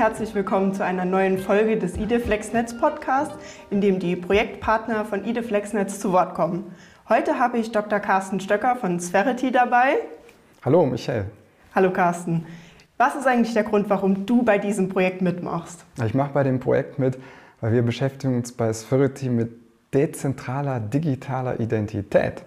herzlich willkommen zu einer neuen Folge des IDE-FlexNetz Podcast, in dem die Projektpartner von IDE-FlexNetz zu Wort kommen. Heute habe ich Dr. Carsten Stöcker von Sferity dabei. Hallo Michelle. Hallo Carsten. Was ist eigentlich der Grund, warum du bei diesem Projekt mitmachst? Ich mache bei dem Projekt mit, weil wir beschäftigen uns bei Sferity mit dezentraler digitaler Identität.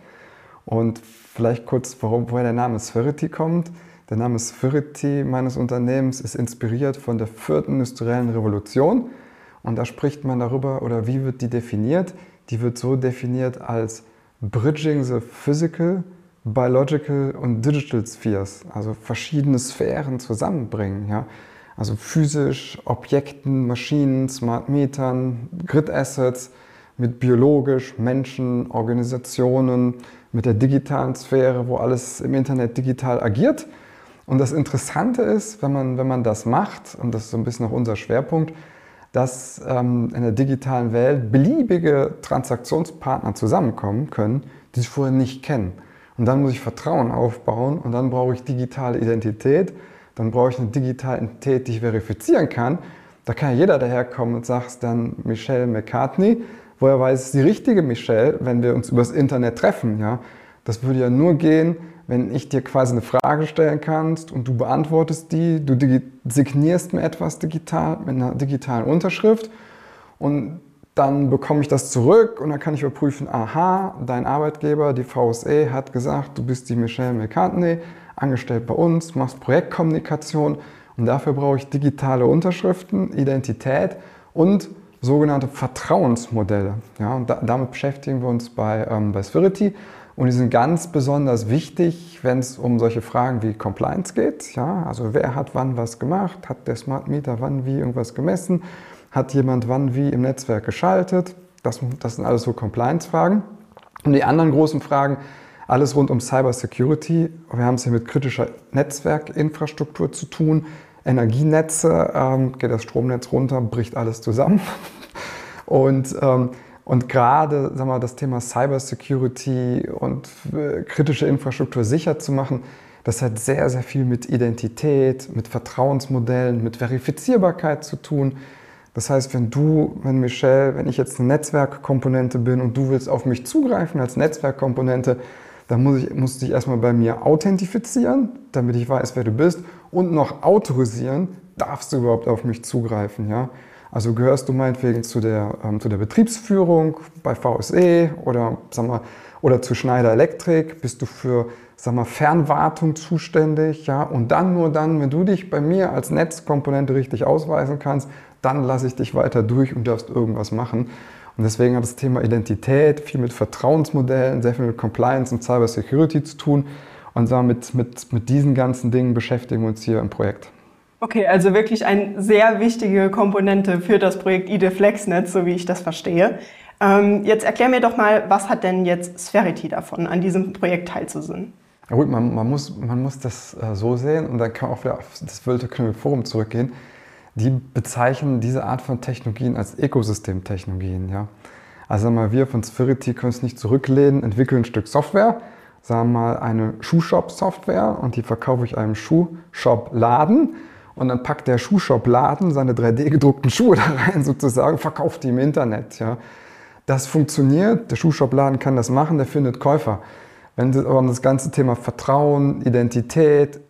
Und vielleicht kurz, woher der Name Sferity kommt. Der Name Sferity meines Unternehmens ist inspiriert von der 4. industriellen Revolution. Und da spricht man darüber, oder wie wird die definiert? Die wird so definiert als Bridging the Physical, Biological und Digital Spheres, also verschiedene Sphären zusammenbringen. Ja? Also physisch, Objekten, Maschinen, Smart Metern, Grid Assets, mit biologisch, Menschen, Organisationen, mit der digitalen Sphäre, wo alles im Internet digital agiert. Und das Interessante ist, wenn man das macht, und das ist so ein bisschen auch unser Schwerpunkt, dass in der digitalen Welt beliebige Transaktionspartner zusammenkommen können, die sich vorher nicht kennen. Und dann muss ich Vertrauen aufbauen und dann brauche ich digitale Identität. Dann brauche ich eine digitale Identität, die ich verifizieren kann. Da kann ja jeder daherkommen und sagt dann Michelle McCartney. Woher weiß es die richtige Michelle, wenn wir uns übers Internet treffen? Ja? Das würde ja nur gehen, wenn ich dir quasi eine Frage stellen kannst und du beantwortest die, du signierst mir etwas digital mit einer digitalen Unterschrift und dann bekomme ich das zurück und dann kann ich überprüfen, aha, dein Arbeitgeber, die VSE, hat gesagt, du bist die Michelle McCartney, angestellt bei uns, machst Projektkommunikation und dafür brauche ich digitale Unterschriften, Identität und sogenannte Vertrauensmodelle. Ja, und damit beschäftigen wir uns bei Sferity. Und die sind ganz besonders wichtig, wenn es um solche Fragen wie Compliance geht. Ja, also wer hat wann was gemacht? Hat der Smart Meter wann wie irgendwas gemessen? Hat jemand wann wie im Netzwerk geschaltet? Das sind alles so Compliance-Fragen. Und die anderen großen Fragen, alles rund um Cyber Security. Wir haben es hier mit kritischer Netzwerkinfrastruktur zu tun. Energienetze, geht das Stromnetz runter, bricht alles zusammen. Und gerade das Thema Cyber Security und kritische Infrastruktur sicher zu machen, das hat sehr, sehr viel mit Identität, mit Vertrauensmodellen, mit Verifizierbarkeit zu tun. Das heißt, wenn ich jetzt eine Netzwerkkomponente bin und du willst auf mich zugreifen als Netzwerkkomponente, dann musst du dich erstmal bei mir authentifizieren, damit ich weiß, wer du bist, und noch autorisieren, darfst du überhaupt auf mich zugreifen. Ja? Also gehörst du meinetwegen zu der Betriebsführung bei VSE oder zu Schneider Electric, bist du für Fernwartung zuständig, ja? Und nur dann, wenn du dich bei mir als Netzkomponente richtig ausweisen kannst, dann lasse ich dich weiter durch und darfst irgendwas machen. Und deswegen hat das Thema Identität viel mit Vertrauensmodellen, sehr viel mit Compliance und Cyber Security zu tun. Und mit diesen ganzen Dingen beschäftigen wir uns hier im Projekt. Okay, also wirklich eine sehr wichtige Komponente für das Projekt IDE-FlexNetz, so wie ich das verstehe. Jetzt erklär mir doch mal, was hat denn jetzt Sferity davon, an diesem Projekt teilzunehmen? Ja gut, man muss das so sehen und dann kann man auch wieder auf das Wölter-Knüppel-Forum zurückgehen. Die bezeichnen diese Art von Technologien als Ökosystemtechnologien. Ja? Also wir von Sferity können es nicht zurücklehnen, entwickeln ein Stück Software, sagen wir mal eine Schuhshop-Software und die verkaufe ich einem Schuhshop-Laden und dann packt der Schuhshop-Laden seine 3D-gedruckten Schuhe da rein sozusagen, verkauft die im Internet. Ja? Das funktioniert, der Schuhshop-Laden kann das machen, der findet Käufer. Wenn es aber um das ganze Thema Vertrauen, Identität,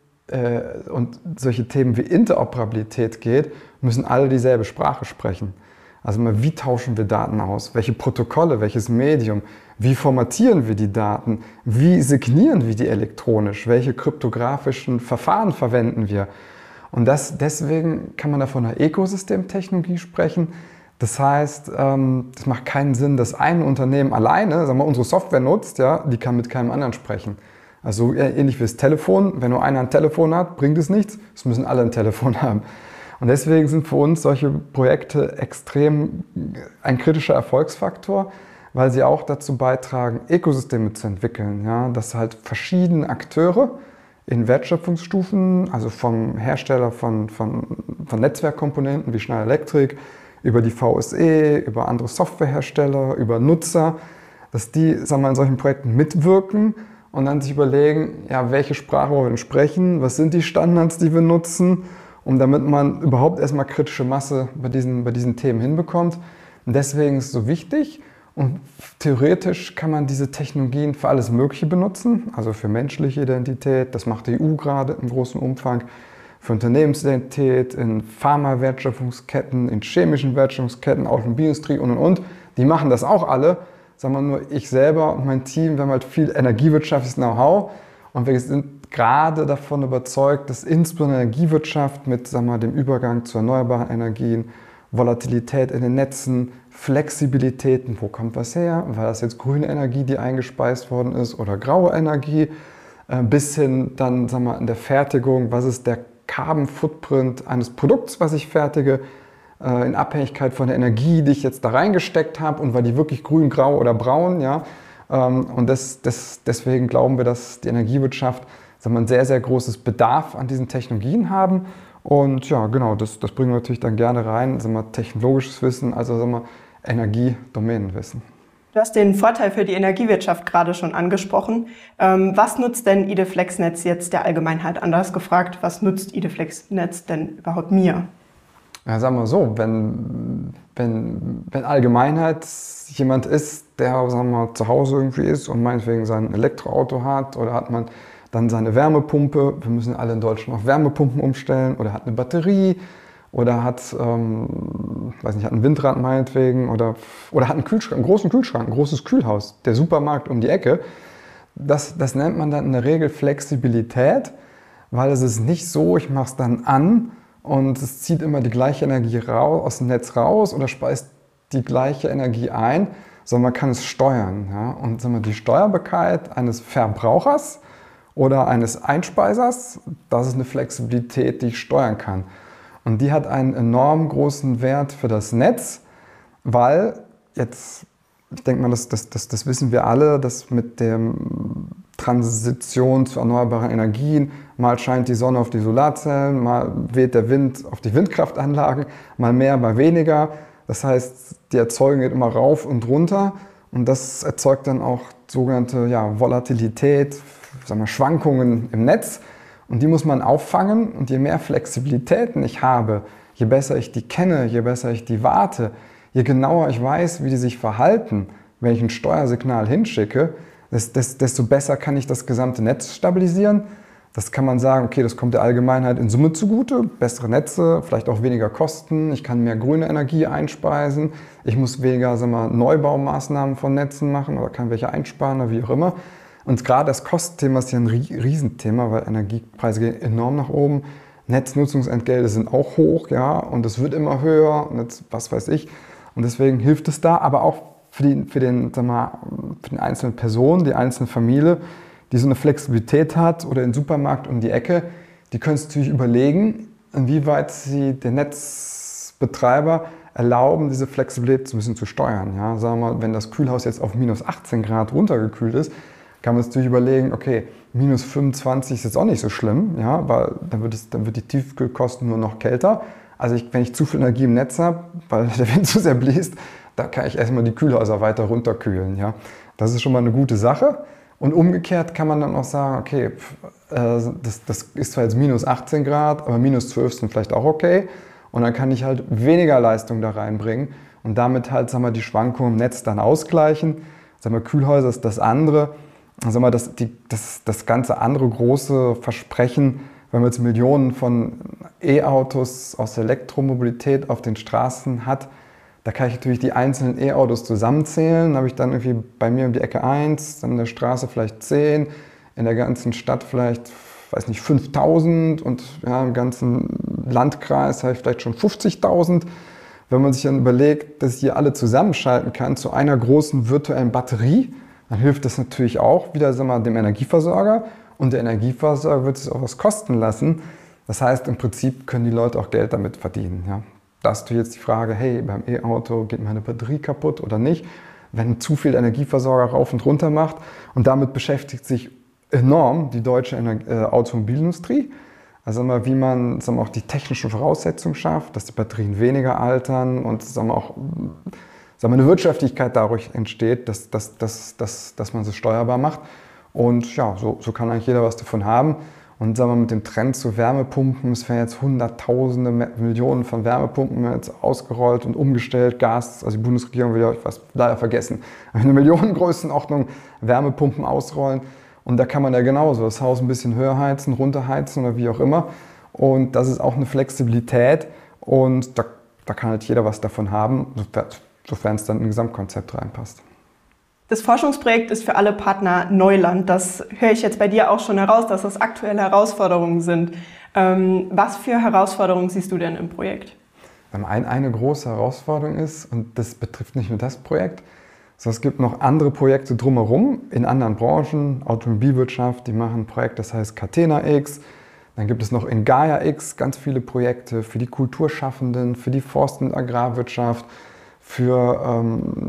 und solche Themen wie Interoperabilität geht, müssen alle dieselbe Sprache sprechen. Also wie tauschen wir Daten aus? Welche Protokolle, welches Medium? Wie formatieren wir die Daten? Wie signieren wir die elektronisch? Welche kryptografischen Verfahren verwenden wir? Und deswegen kann man da von einer Ökosystemtechnologie sprechen. Das heißt, es macht keinen Sinn, dass ein Unternehmen alleine, unsere Software nutzt, ja, die kann mit keinem anderen sprechen. Also ähnlich wie das Telefon, wenn nur einer ein Telefon hat, bringt es nichts, es müssen alle ein Telefon haben. Und deswegen sind für uns solche Projekte extrem ein kritischer Erfolgsfaktor, weil sie auch dazu beitragen, Ökosysteme zu entwickeln. Ja? Dass halt verschiedene Akteure in Wertschöpfungsstufen, also vom Hersteller von Netzwerkkomponenten wie Schneider Electric, über die VSE, über andere Softwarehersteller, über Nutzer, dass die in solchen Projekten mitwirken und dann sich überlegen, ja, welche Sprache wollen wir denn sprechen, was sind die Standards, die wir nutzen und damit man überhaupt erstmal kritische Masse bei diesen Themen hinbekommt. Und deswegen ist es so wichtig. Und theoretisch kann man diese Technologien für alles Mögliche benutzen, also für menschliche Identität, das macht die EU gerade im großen Umfang, für Unternehmensidentität, in Pharma-Wertschöpfungsketten, in chemischen Wertschöpfungsketten, Automobilindustrie und. Die machen das auch alle, sagen wir nur ich selber und mein Team, wir haben halt viel energiewirtschaftliches Know-how und wir sind gerade davon überzeugt, dass insbesondere Energiewirtschaft mit sagen wir, dem Übergang zu erneuerbaren Energien, Volatilität in den Netzen, Flexibilitäten, wo kommt was her, war das jetzt grüne Energie, die eingespeist worden ist oder graue Energie, bis hin dann sagen wir, in der Fertigung, was ist der Carbon Footprint eines Produkts, was ich fertige, in Abhängigkeit von der Energie, die ich jetzt da reingesteckt habe und war die wirklich grün, grau oder braun. Ja? Und deswegen glauben wir, dass die Energiewirtschaft sagen wir, ein sehr, sehr großes Bedarf an diesen Technologien haben. Und ja, genau, das bringen wir natürlich dann gerne rein, sagen wir, technologisches Wissen, also sagen wir, Energiedomänenwissen. Du hast den Vorteil für die Energiewirtschaft gerade schon angesprochen. Was nutzt denn IDE FlexNetz jetzt der Allgemeinheit? Anders gefragt, was nutzt IDE FlexNetz denn überhaupt mir? Ja, sagen wir so, wenn Allgemeinheit jemand ist, der sagen wir, zu Hause irgendwie ist und meinetwegen sein Elektroauto hat oder hat man dann seine Wärmepumpe, wir müssen alle in Deutschland auf Wärmepumpen umstellen oder hat eine Batterie oder hat, weiß nicht, hat ein Windrad meinetwegen oder hat einen Kühlschrank, einen großen Kühlschrank, ein großes Kühlhaus, der Supermarkt um die Ecke. Das nennt man dann in der Regel Flexibilität, weil es ist nicht so, ich mache es dann an und es zieht immer die gleiche Energie aus dem Netz raus oder speist die gleiche Energie ein, sondern man kann es steuern. Ja? Und sagen wir, die Steuerbarkeit eines Verbrauchers oder eines Einspeisers, das ist eine Flexibilität, die ich steuern kann. Und die hat einen enorm großen Wert für das Netz, weil jetzt, ich denke mal, das wissen wir alle, dass mit der Transition zu erneuerbaren Energien, mal scheint die Sonne auf die Solarzellen, mal weht der Wind auf die Windkraftanlagen, mal mehr, mal weniger. Das heißt, die Erzeugung geht immer rauf und runter und das erzeugt dann auch sogenannte Volatilität, sagen wir, Schwankungen im Netz. Und die muss man auffangen und je mehr Flexibilitäten ich habe, je besser ich die kenne, je besser ich die warte, je genauer ich weiß, wie die sich verhalten, wenn ich ein Steuersignal hinschicke, desto besser kann ich das gesamte Netz stabilisieren. Das kann man sagen, okay, das kommt der Allgemeinheit in Summe zugute, bessere Netze, vielleicht auch weniger Kosten, ich kann mehr grüne Energie einspeisen, ich muss weniger sagen wir, Neubaumaßnahmen von Netzen machen oder kann welche einsparen oder wie auch immer. Und gerade das Kostenthema ist ja ein Riesenthema, weil Energiepreise gehen enorm nach oben. Netznutzungsentgelte sind auch hoch, ja, und es wird immer höher, und jetzt, was weiß ich. Und deswegen hilft es da, aber auch für den einzelnen Person, die einzelne Familie, die so eine Flexibilität hat oder den Supermarkt um dieEcke, die können sich natürlich überlegen, inwieweit sie den Netzbetreiber erlauben, diese Flexibilität so ein bisschen zu steuern. Ja, sagen wir mal, wenn das Kühlhaus jetzt auf minus 18 Grad runtergekühlt ist, kann man sich natürlich überlegen, okay, minus 25 ist jetzt auch nicht so schlimm, ja, weil dann wird die Tiefkühlkosten nur noch kälter. Also wenn ich zu viel Energie im Netz habe, weil der Wind zu sehr bläst, da kann ich erstmal die Kühlhäuser weiter runterkühlen. Ja. Das ist schon mal eine gute Sache. Und umgekehrt kann man dann auch sagen, okay, das ist zwar jetzt minus 18 Grad, aber minus 12 sind vielleicht auch okay. Und dann kann ich halt weniger Leistung da reinbringen und damit halt sagen wir, die Schwankungen im Netz dann ausgleichen. Sagen wir, Kühlhäuser ist das andere. Sagen wir, das ganze andere große Versprechen, wenn man jetzt Millionen von E-Autos aus der Elektromobilität auf den Straßen hat, da kann ich natürlich die einzelnen E-Autos zusammenzählen. Da habe ich dann irgendwie bei mir um die Ecke 1, dann in der Straße vielleicht 10, in der ganzen Stadt vielleicht, weiß nicht, 5.000 und ja, im ganzen Landkreis habe ich vielleicht schon 50.000. Wenn man sich dann überlegt, dass ich hier alle zusammenschalten kann zu einer großen virtuellen Batterie, dann hilft das natürlich auch wieder sagen wir, dem Energieversorger und der Energieversorger wird es auch was kosten lassen. Das heißt, im Prinzip können die Leute auch Geld damit verdienen. Ja. Da hast du jetzt die Frage, hey, beim E-Auto geht meine Batterie kaputt oder nicht? Wenn zu viel Energieversorger rauf und runter macht und damit beschäftigt sich enorm die deutsche Automobilindustrie. Also sagen wir, wie man sagen wir, auch die technischen Voraussetzungen schafft, dass die Batterien weniger altern und sagen wir, auch sagen wir, eine Wirtschaftlichkeit dadurch entsteht, dass man sie steuerbar macht. Und ja, so kann eigentlich jeder was davon haben. Und sagen wir mit dem Trend zu Wärmepumpen, es werden jetzt Hunderttausende, Millionen von Wärmepumpen jetzt ausgerollt und umgestellt. Gas, also die Bundesregierung will ja was leider vergessen, eine Millionengrößenordnung Wärmepumpen ausrollen. Und da kann man ja genauso das Haus ein bisschen höher heizen, runterheizen oder wie auch immer. Und das ist auch eine Flexibilität und da kann halt jeder was davon haben, sofern es dann in ein Gesamtkonzept reinpasst. Das Forschungsprojekt ist für alle Partner Neuland. Das höre ich jetzt bei dir auch schon heraus, dass das aktuelle Herausforderungen sind. Was für Herausforderungen siehst du denn im Projekt? Eine große Herausforderung ist, und das betrifft nicht nur das Projekt, sondern es gibt noch andere Projekte drumherum in anderen Branchen, Automobilwirtschaft, die machen ein Projekt, das heißt Catena-X. Dann gibt es noch in Gaia-X ganz viele Projekte für die Kulturschaffenden, für die Forst- und Agrarwirtschaft, für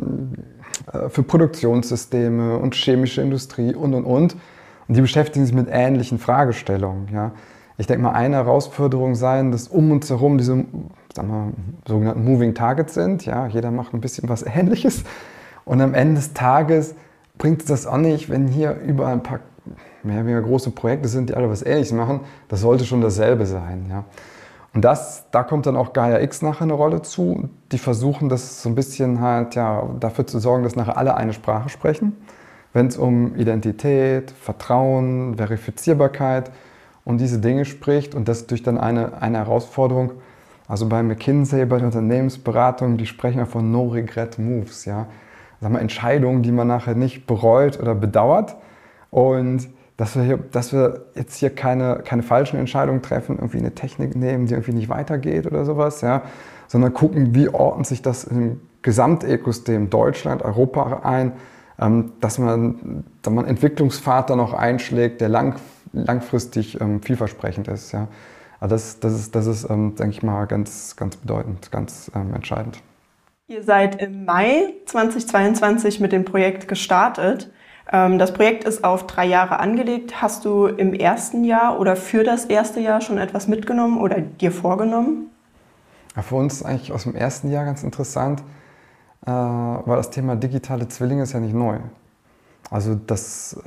Produktionssysteme und chemische Industrie und. Und die beschäftigen sich mit ähnlichen Fragestellungen. Ja. Ich denke mal, eine Herausforderung sein, dass um uns herum diese sogenannten Moving Targets sind. Ja. Jeder macht ein bisschen was Ähnliches. Und am Ende des Tages bringt es das auch nicht, wenn hier überall ein paar mehr oder weniger große Projekte sind, die alle was Ähnliches machen. Das sollte schon dasselbe sein. Ja. Und da kommt dann auch Gaia-X nachher eine Rolle zu. Die versuchen das so ein bisschen halt, ja, dafür zu sorgen, dass nachher alle eine Sprache sprechen. Wenn es um Identität, Vertrauen, Verifizierbarkeit und diese Dinge spricht. Und das durch dann eine Herausforderung. Also bei McKinsey, bei der Unternehmensberatung, die sprechen ja von No-Regret-Moves. Ja. Sagen wir, Entscheidungen, die man nachher nicht bereut oder bedauert. Und dass wir jetzt hier keine falschen Entscheidungen treffen, irgendwie eine Technik nehmen, die irgendwie nicht weitergeht oder sowas, ja, sondern gucken, wie ordnet sich das im Gesamtökosystem Deutschland, Europa ein, dass man einen Entwicklungspfad dann auch einschlägt, der langfristig vielversprechend ist. Ja. Also das ist denke ich mal, ganz, ganz bedeutend, ganz entscheidend. Ihr seid im Mai 2022 mit dem Projekt gestartet. Das Projekt ist auf 3 Jahre angelegt. Hast du im ersten Jahr oder für das erste Jahr schon etwas mitgenommen oder dir vorgenommen? Ja, für uns eigentlich aus dem ersten Jahr ganz interessant, weil das Thema digitale Zwillinge ist ja nicht neu. Also das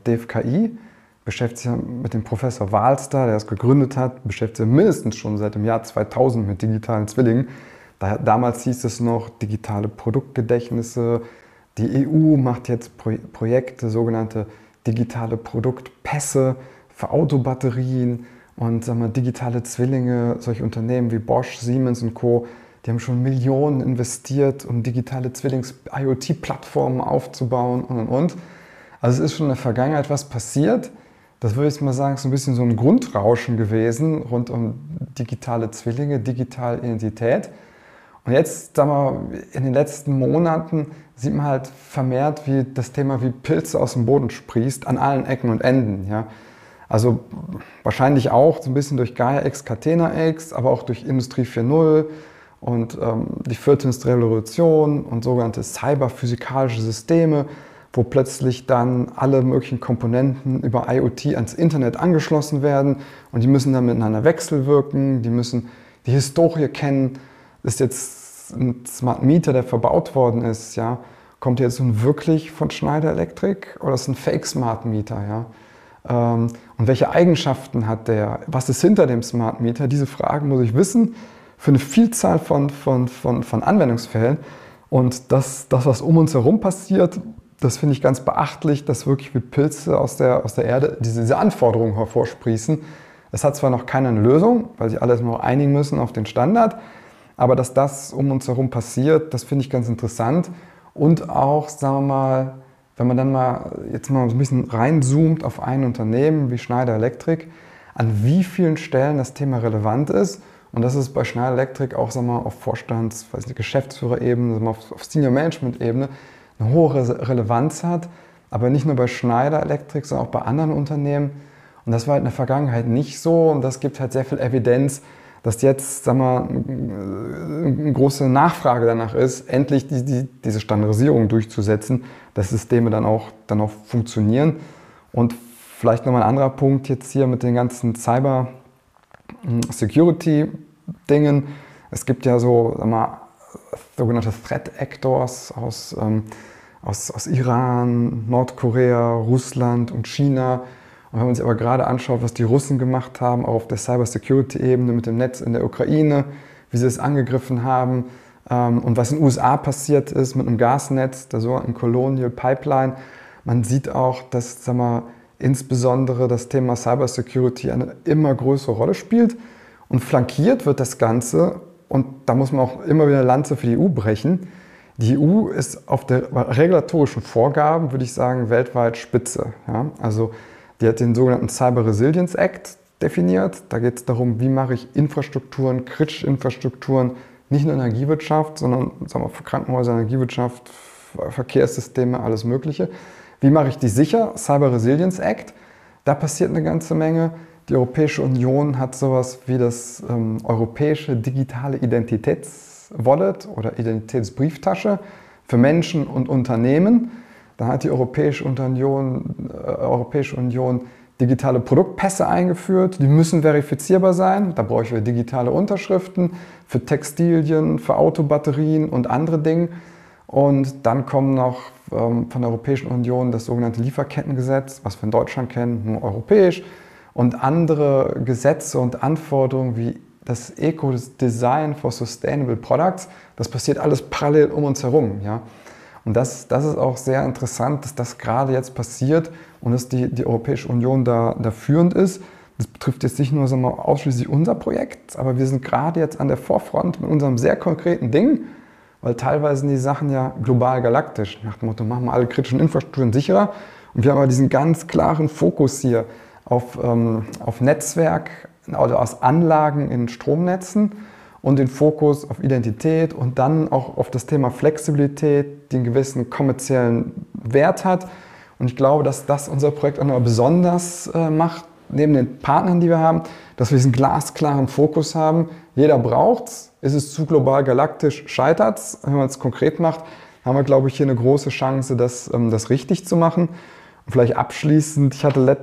DFKI beschäftigt sich mit dem Professor Wahlster, der es gegründet hat, beschäftigt sich mindestens schon seit dem Jahr 2000 mit digitalen Zwillingen. Damals hieß es noch digitale Produktgedächtnisse. Die EU macht jetzt Projekte, sogenannte digitale Produktpässe für Autobatterien und sagen wir, digitale Zwillinge. Solche Unternehmen wie Bosch, Siemens und Co., die haben schon Millionen investiert, um digitale Zwillings-IoT-Plattformen aufzubauen und. Also es ist schon in der Vergangenheit was passiert. Das würde ich mal sagen, ist ein bisschen so ein Grundrauschen gewesen rund um digitale Zwillinge, digitale Identität. Und jetzt, sagen wir, in den letzten Monaten sieht man halt vermehrt, wie das Thema wie Pilze aus dem Boden sprießt, an allen Ecken und Enden. Ja. Also wahrscheinlich auch so ein bisschen durch Gaia-X, Catena-X, aber auch durch Industrie 4.0 und die 4. industrielle Revolution und sogenannte cyberphysikalische Systeme, wo plötzlich dann alle möglichen Komponenten über IoT ans Internet angeschlossen werden und die müssen dann miteinander wechselwirken, die müssen die Historie kennen. Ist jetzt ein Smart Meter, der verbaut worden ist, ja, kommt jetzt nun wirklich von Schneider Electric oder ist es ein Fake Smart Meter, ja? Und welche Eigenschaften hat der? Was ist hinter dem Smart Meter? Diese Fragen muss ich wissen für eine Vielzahl von Anwendungsfällen. Und das, was um uns herum passiert, das finde ich ganz beachtlich, dass wirklich wie Pilze aus der Erde diese Anforderungen hervorsprießen. Es hat zwar noch keiner eine Lösung, weil sich alle noch einigen müssen auf den Standard, aber dass das um uns herum passiert, das finde ich ganz interessant. Und auch, sagen wir mal, wenn man dann jetzt mal so ein bisschen reinzoomt auf ein Unternehmen wie Schneider Electric, an wie vielen Stellen das Thema relevant ist. Und das ist bei Schneider Electric auch, sagen wir mal, auf Geschäftsführerebene, auf Senior-Management-Ebene eine hohe Relevanz hat. Aber nicht nur bei Schneider Electric, sondern auch bei anderen Unternehmen. Und das war halt in der Vergangenheit nicht so. Und das gibt halt sehr viel Evidenz, dass jetzt, sagen wir, eine große Nachfrage danach ist, endlich diese Standardisierung durchzusetzen, dass Systeme dann auch funktionieren. Und vielleicht nochmal ein anderer Punkt jetzt hier mit den ganzen Cyber-Security-Dingen. Es gibt ja so, sagen wir, sogenannte Threat Actors aus Iran, Nordkorea, Russland und China. Und wenn man sich aber gerade anschaut, was die Russen gemacht haben, auch auf der Cybersecurity-Ebene mit dem Netz in der Ukraine, wie sie es angegriffen haben und was in den USA passiert ist mit einem Gasnetz, der sogenannten Colonial Pipeline, man sieht auch, dass, sagen wir, insbesondere das Thema Cybersecurity eine immer größere Rolle spielt und flankiert wird das Ganze, und da muss man auch immer wieder Lanze für die EU brechen. Die EU ist auf der regulatorischen Vorgaben, würde ich sagen, weltweit Spitze. Ja? Also die hat den sogenannten Cyber Resilience Act definiert. Da geht es darum, wie mache ich Infrastrukturen, kritische Infrastrukturen, nicht nur Energiewirtschaft, sondern, sagen wir, für Krankenhäuser, Energiewirtschaft, Verkehrssysteme, alles Mögliche. Wie mache ich die sicher? Cyber Resilience Act. Da passiert eine ganze Menge. Die Europäische Union hat sowas wie das europäische digitale Identitätswallet oder Identitätsbrieftasche für Menschen und Unternehmen. Da hat die Europäische Union digitale Produktpässe eingeführt. Die müssen verifizierbar sein. Da brauche ich wieder digitale Unterschriften für Textilien, für Autobatterien und andere Dinge. Und dann kommen noch von der Europäischen Union das sogenannte Lieferkettengesetz, was wir in Deutschland kennen, nur europäisch, und andere Gesetze und Anforderungen wie das Eco-Design for Sustainable Products. Das passiert alles parallel um uns herum. Ja? Und das ist auch sehr interessant, dass das gerade jetzt passiert und dass die Europäische Union da führend ist. Das betrifft jetzt nicht nur, sagen wir, ausschließlich unser Projekt, aber wir sind gerade jetzt an der Vorfront mit unserem sehr konkreten Ding, weil teilweise sind die Sachen ja global galaktisch. Nach dem Motto, machen wir alle kritischen Infrastrukturen sicherer. Und wir haben aber diesen ganz klaren Fokus hier auf Netzwerk, also aus Anlagen in Stromnetzen und den Fokus auf Identität und dann auch auf das Thema Flexibilität, die einen gewissen kommerziellen Wert hat. Und ich glaube, dass das unser Projekt auch noch besonders macht, neben den Partnern, die wir haben, dass wir diesen glasklaren Fokus haben. Jeder braucht es. Ist es zu global galaktisch, scheitert es. Wenn man es konkret macht, haben wir, glaube ich, hier eine große Chance, das richtig zu machen. Und vielleicht abschließend, ich hatte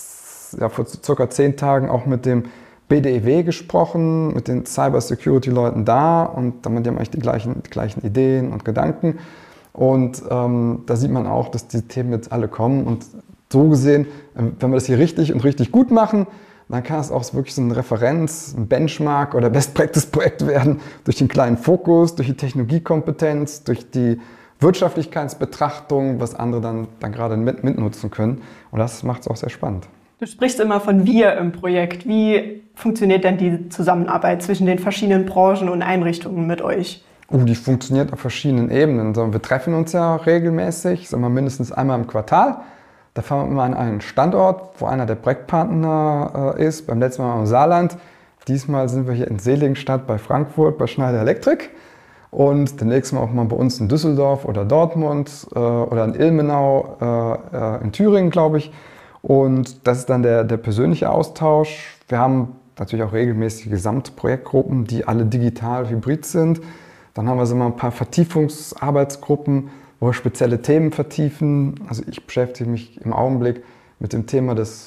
vor circa 10 Tagen auch mit dem BDEW gesprochen, mit den Cyber-Security-Leuten da, und die haben eigentlich die gleichen Ideen und Gedanken. Und da sieht man auch, dass diese Themen jetzt alle kommen. Und so gesehen, wenn wir das hier richtig und richtig gut machen, dann kann es auch wirklich so eine Referenz, ein Benchmark oder Best-Practice-Projekt werden, durch den kleinen Fokus, durch die Technologiekompetenz, durch die Wirtschaftlichkeitsbetrachtung, was andere dann gerade mitnutzen können. Und das macht es auch sehr spannend. Du sprichst immer von wir im Projekt. Wie funktioniert denn die Zusammenarbeit zwischen den verschiedenen Branchen und Einrichtungen mit euch? Die funktioniert auf verschiedenen Ebenen. Wir treffen uns ja regelmäßig, mindestens einmal im Quartal. Da fahren wir immer an einen Standort, wo einer der Projektpartner ist. Beim letzten Mal im Saarland. Diesmal sind wir hier in Seligenstadt bei Frankfurt, bei Schneider Elektrik. Und das nächste Mal auch mal bei uns in Düsseldorf oder Dortmund oder in Ilmenau, in Thüringen, glaube ich. Und das ist dann der persönliche Austausch. Wir haben natürlich auch regelmäßige Gesamtprojektgruppen, die alle digital hybrid sind. Dann haben wir so mal ein paar Vertiefungsarbeitsgruppen, wo wir spezielle Themen vertiefen. Also ich beschäftige mich im Augenblick mit dem Thema des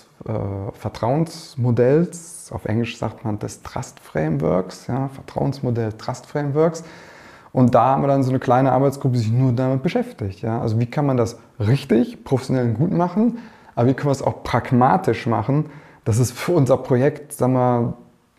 Vertrauensmodells. Auf Englisch sagt man des Trust Frameworks, ja, Vertrauensmodell Trust Frameworks. Und da haben wir dann so eine kleine Arbeitsgruppe, die sich nur damit beschäftigt. Ja. Also wie kann man das richtig, professionell und gut machen, aber wie können wir es auch pragmatisch machen, dass es für unser Projekt, sagen wir,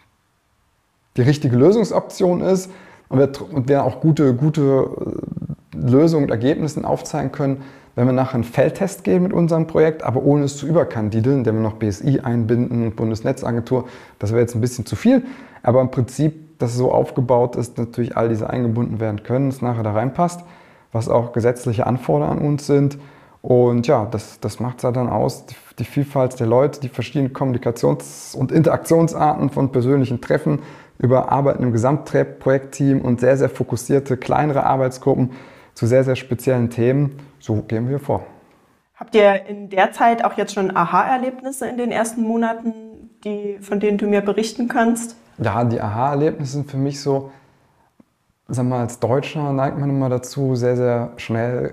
die richtige Lösungsoption ist und wir auch gute Lösungen und Ergebnisse aufzeigen können, wenn wir nachher einen Feldtest gehen mit unserem Projekt, aber ohne es zu überkandideln, indem wir noch BSI einbinden und Bundesnetzagentur. Das wäre jetzt ein bisschen zu viel, aber im Prinzip, dass es so aufgebaut ist, natürlich all diese eingebunden werden können, es nachher da reinpasst, was auch gesetzliche Anforderungen an uns sind. Und ja, das macht es ja dann aus, die Vielfalt der Leute, die verschiedenen Kommunikations- und Interaktionsarten von persönlichen Treffen über Arbeiten im Gesamtprojektteam und sehr, sehr fokussierte, kleinere Arbeitsgruppen zu sehr, sehr speziellen Themen. So gehen wir vor. Habt ihr in der Zeit auch jetzt schon Aha-Erlebnisse in den ersten Monaten, von denen du mir berichten kannst? Ja, die Aha-Erlebnisse sind für mich so, sagen wir mal, als Deutscher neigt man immer dazu, sehr, sehr schnell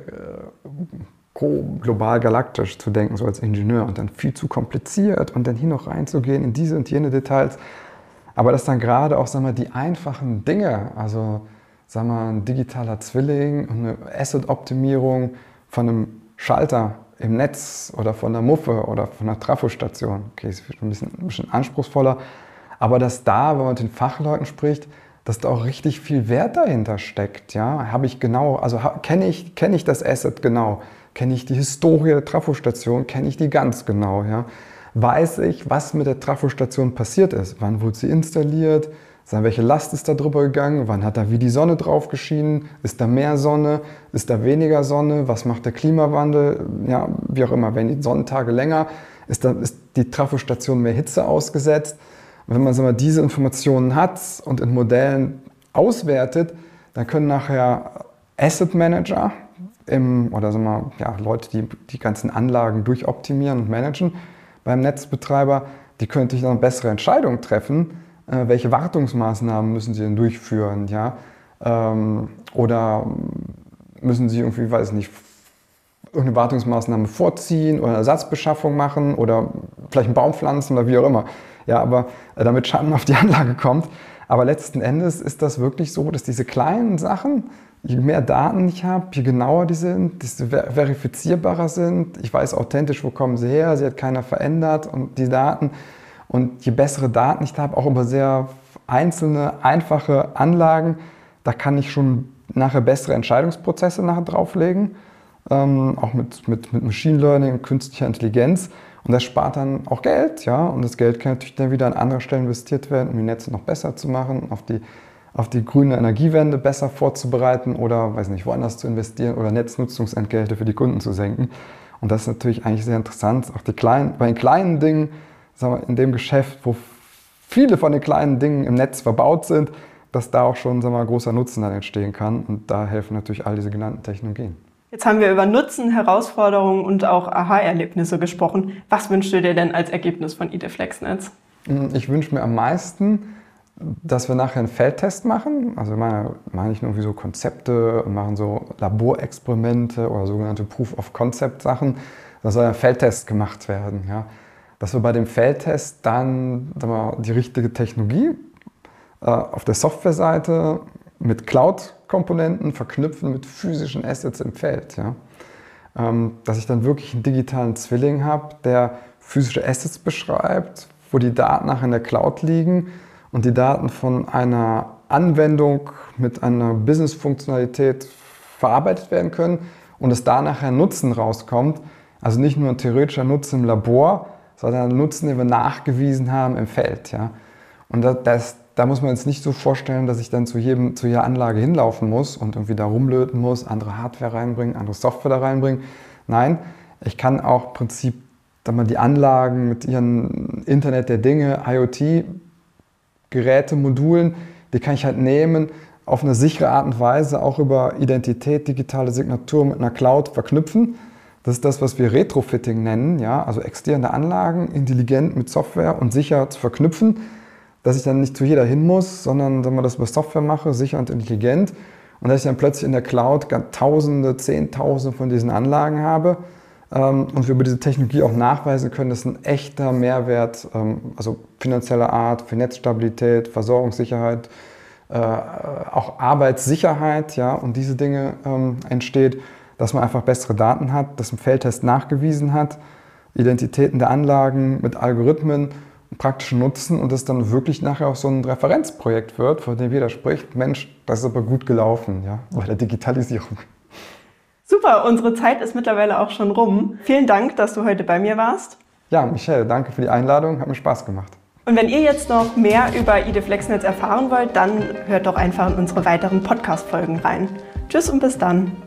global galaktisch zu denken, so als Ingenieur, und dann viel zu kompliziert und dann hier noch reinzugehen in diese und jene Details. Aber dass dann gerade auch, sagen wir, die einfachen Dinge, also sagen wir, ein digitaler Zwilling und eine Asset-Optimierung von einem Schalter im Netz oder von der Muffe oder von der Trafostation. Okay, ist ein bisschen anspruchsvoller, aber dass da, wenn man mit den Fachleuten spricht, dass da auch richtig viel Wert dahinter steckt. Ja? Habe ich genau, also kenne ich das Asset genau? Kenne ich die Historie der Trafostation? Kenne ich die ganz genau? Ja? Weiß ich, was mit der Trafostation passiert ist? Wann wurde sie installiert? Welche Last ist da drüber gegangen? Wann hat da wie die Sonne drauf geschienen? Ist da mehr Sonne? Ist da weniger Sonne? Was macht der Klimawandel? Ja, wie auch immer, wenn die Sonnentage länger, ist die Trafostation mehr Hitze ausgesetzt? Und wenn man diese Informationen hat und in Modellen auswertet, dann können nachher Asset Manager oder Leute, die die ganzen Anlagen durchoptimieren und managen beim Netzbetreiber, die können sich dann bessere Entscheidungen treffen. Welche Wartungsmaßnahmen müssen sie denn durchführen? Ja? Oder müssen sie irgendwie, weiß nicht, irgendeine Wartungsmaßnahme vorziehen oder eine Ersatzbeschaffung machen oder vielleicht einen Baum pflanzen oder wie auch immer. Ja, aber damit Schaden auf die Anlage kommt. Aber letzten Endes ist das wirklich so, dass diese kleinen Sachen, je mehr Daten ich habe, je genauer die sind, desto verifizierbarer sind. Ich weiß authentisch, wo kommen sie her, sie hat keiner verändert und die Daten. Und je bessere Daten ich habe, auch über sehr einzelne, einfache Anlagen, da kann ich schon nachher bessere Entscheidungsprozesse nachher drauflegen. Auch mit Machine Learning, künstlicher Intelligenz. Und das spart dann auch Geld, ja. Und das Geld kann natürlich dann wieder an anderer Stellen investiert werden, um die Netze noch besser zu machen, auf die grüne Energiewende besser vorzubereiten oder, weiß nicht, woanders zu investieren oder Netznutzungsentgelte für die Kunden zu senken. Und das ist natürlich eigentlich sehr interessant. Auch bei den kleinen Dingen, sagen wir, in dem Geschäft, wo viele von den kleinen Dingen im Netz verbaut sind, dass da auch schon, sagen wir, großer Nutzen dann entstehen kann. Und da helfen natürlich all diese genannten Technologien. Jetzt haben wir über Nutzen, Herausforderungen und auch Aha-Erlebnisse gesprochen. Was wünschst du dir denn als Ergebnis von IDFlexNet? Ich wünsche mir am meisten, dass wir nachher einen Feldtest machen. Also meine ich nur wie so Konzepte und machen so Laborexperimente oder sogenannte Proof-of-Concept-Sachen. Da soll ein Feldtest gemacht werden. Ja. Dass wir bei dem Feldtest dann die richtige Technologie auf der Softwareseite mit Cloud-Komponenten verknüpfen mit physischen Assets im Feld. Ja? Dass ich dann wirklich einen digitalen Zwilling habe, der physische Assets beschreibt, wo die Daten nachher in der Cloud liegen und die Daten von einer Anwendung mit einer Business-Funktionalität verarbeitet werden können und es da nachher ein Nutzen rauskommt. Also nicht nur ein theoretischer Nutzen im Labor, sondern ein Nutzen, den wir nachgewiesen haben im Feld. Ja? Und da muss man jetzt nicht so vorstellen, dass ich dann zu jeder Anlage hinlaufen muss und irgendwie da rumlöten muss, andere Hardware reinbringen, andere Software da reinbringen. Nein, ich kann auch im Prinzip die Anlagen mit ihren Internet der Dinge, IoT-Geräte, Modulen, die kann ich halt nehmen, auf eine sichere Art und Weise auch über Identität, digitale Signatur mit einer Cloud verknüpfen. Das ist das, was wir Retrofitting nennen, ja? Also existierende Anlagen intelligent mit Software und sicher zu verknüpfen, dass ich dann nicht zu jeder hin muss, sondern dass man das über Software mache, sicher und intelligent. Und dass ich dann plötzlich in der Cloud Tausende, Zehntausende von diesen Anlagen habe und wir über diese Technologie auch nachweisen können, dass ein echter Mehrwert, also finanzieller Art, für Netzstabilität, Versorgungssicherheit, auch Arbeitssicherheit, ja, und diese Dinge entsteht, dass man einfach bessere Daten hat, dass ein Feldtest nachgewiesen hat, Identitäten der Anlagen mit Algorithmen, praktischen Nutzen und das dann wirklich nachher auch so ein Referenzprojekt wird, von dem jeder spricht, Mensch, das ist aber gut gelaufen, ja, bei der Digitalisierung. Super, unsere Zeit ist mittlerweile auch schon rum. Vielen Dank, dass du heute bei mir warst. Ja, Michelle, danke für die Einladung, hat mir Spaß gemacht. Und wenn ihr jetzt noch mehr über IDFlexNet erfahren wollt, dann hört doch einfach in unsere weiteren Podcast-Folgen rein. Tschüss und bis dann.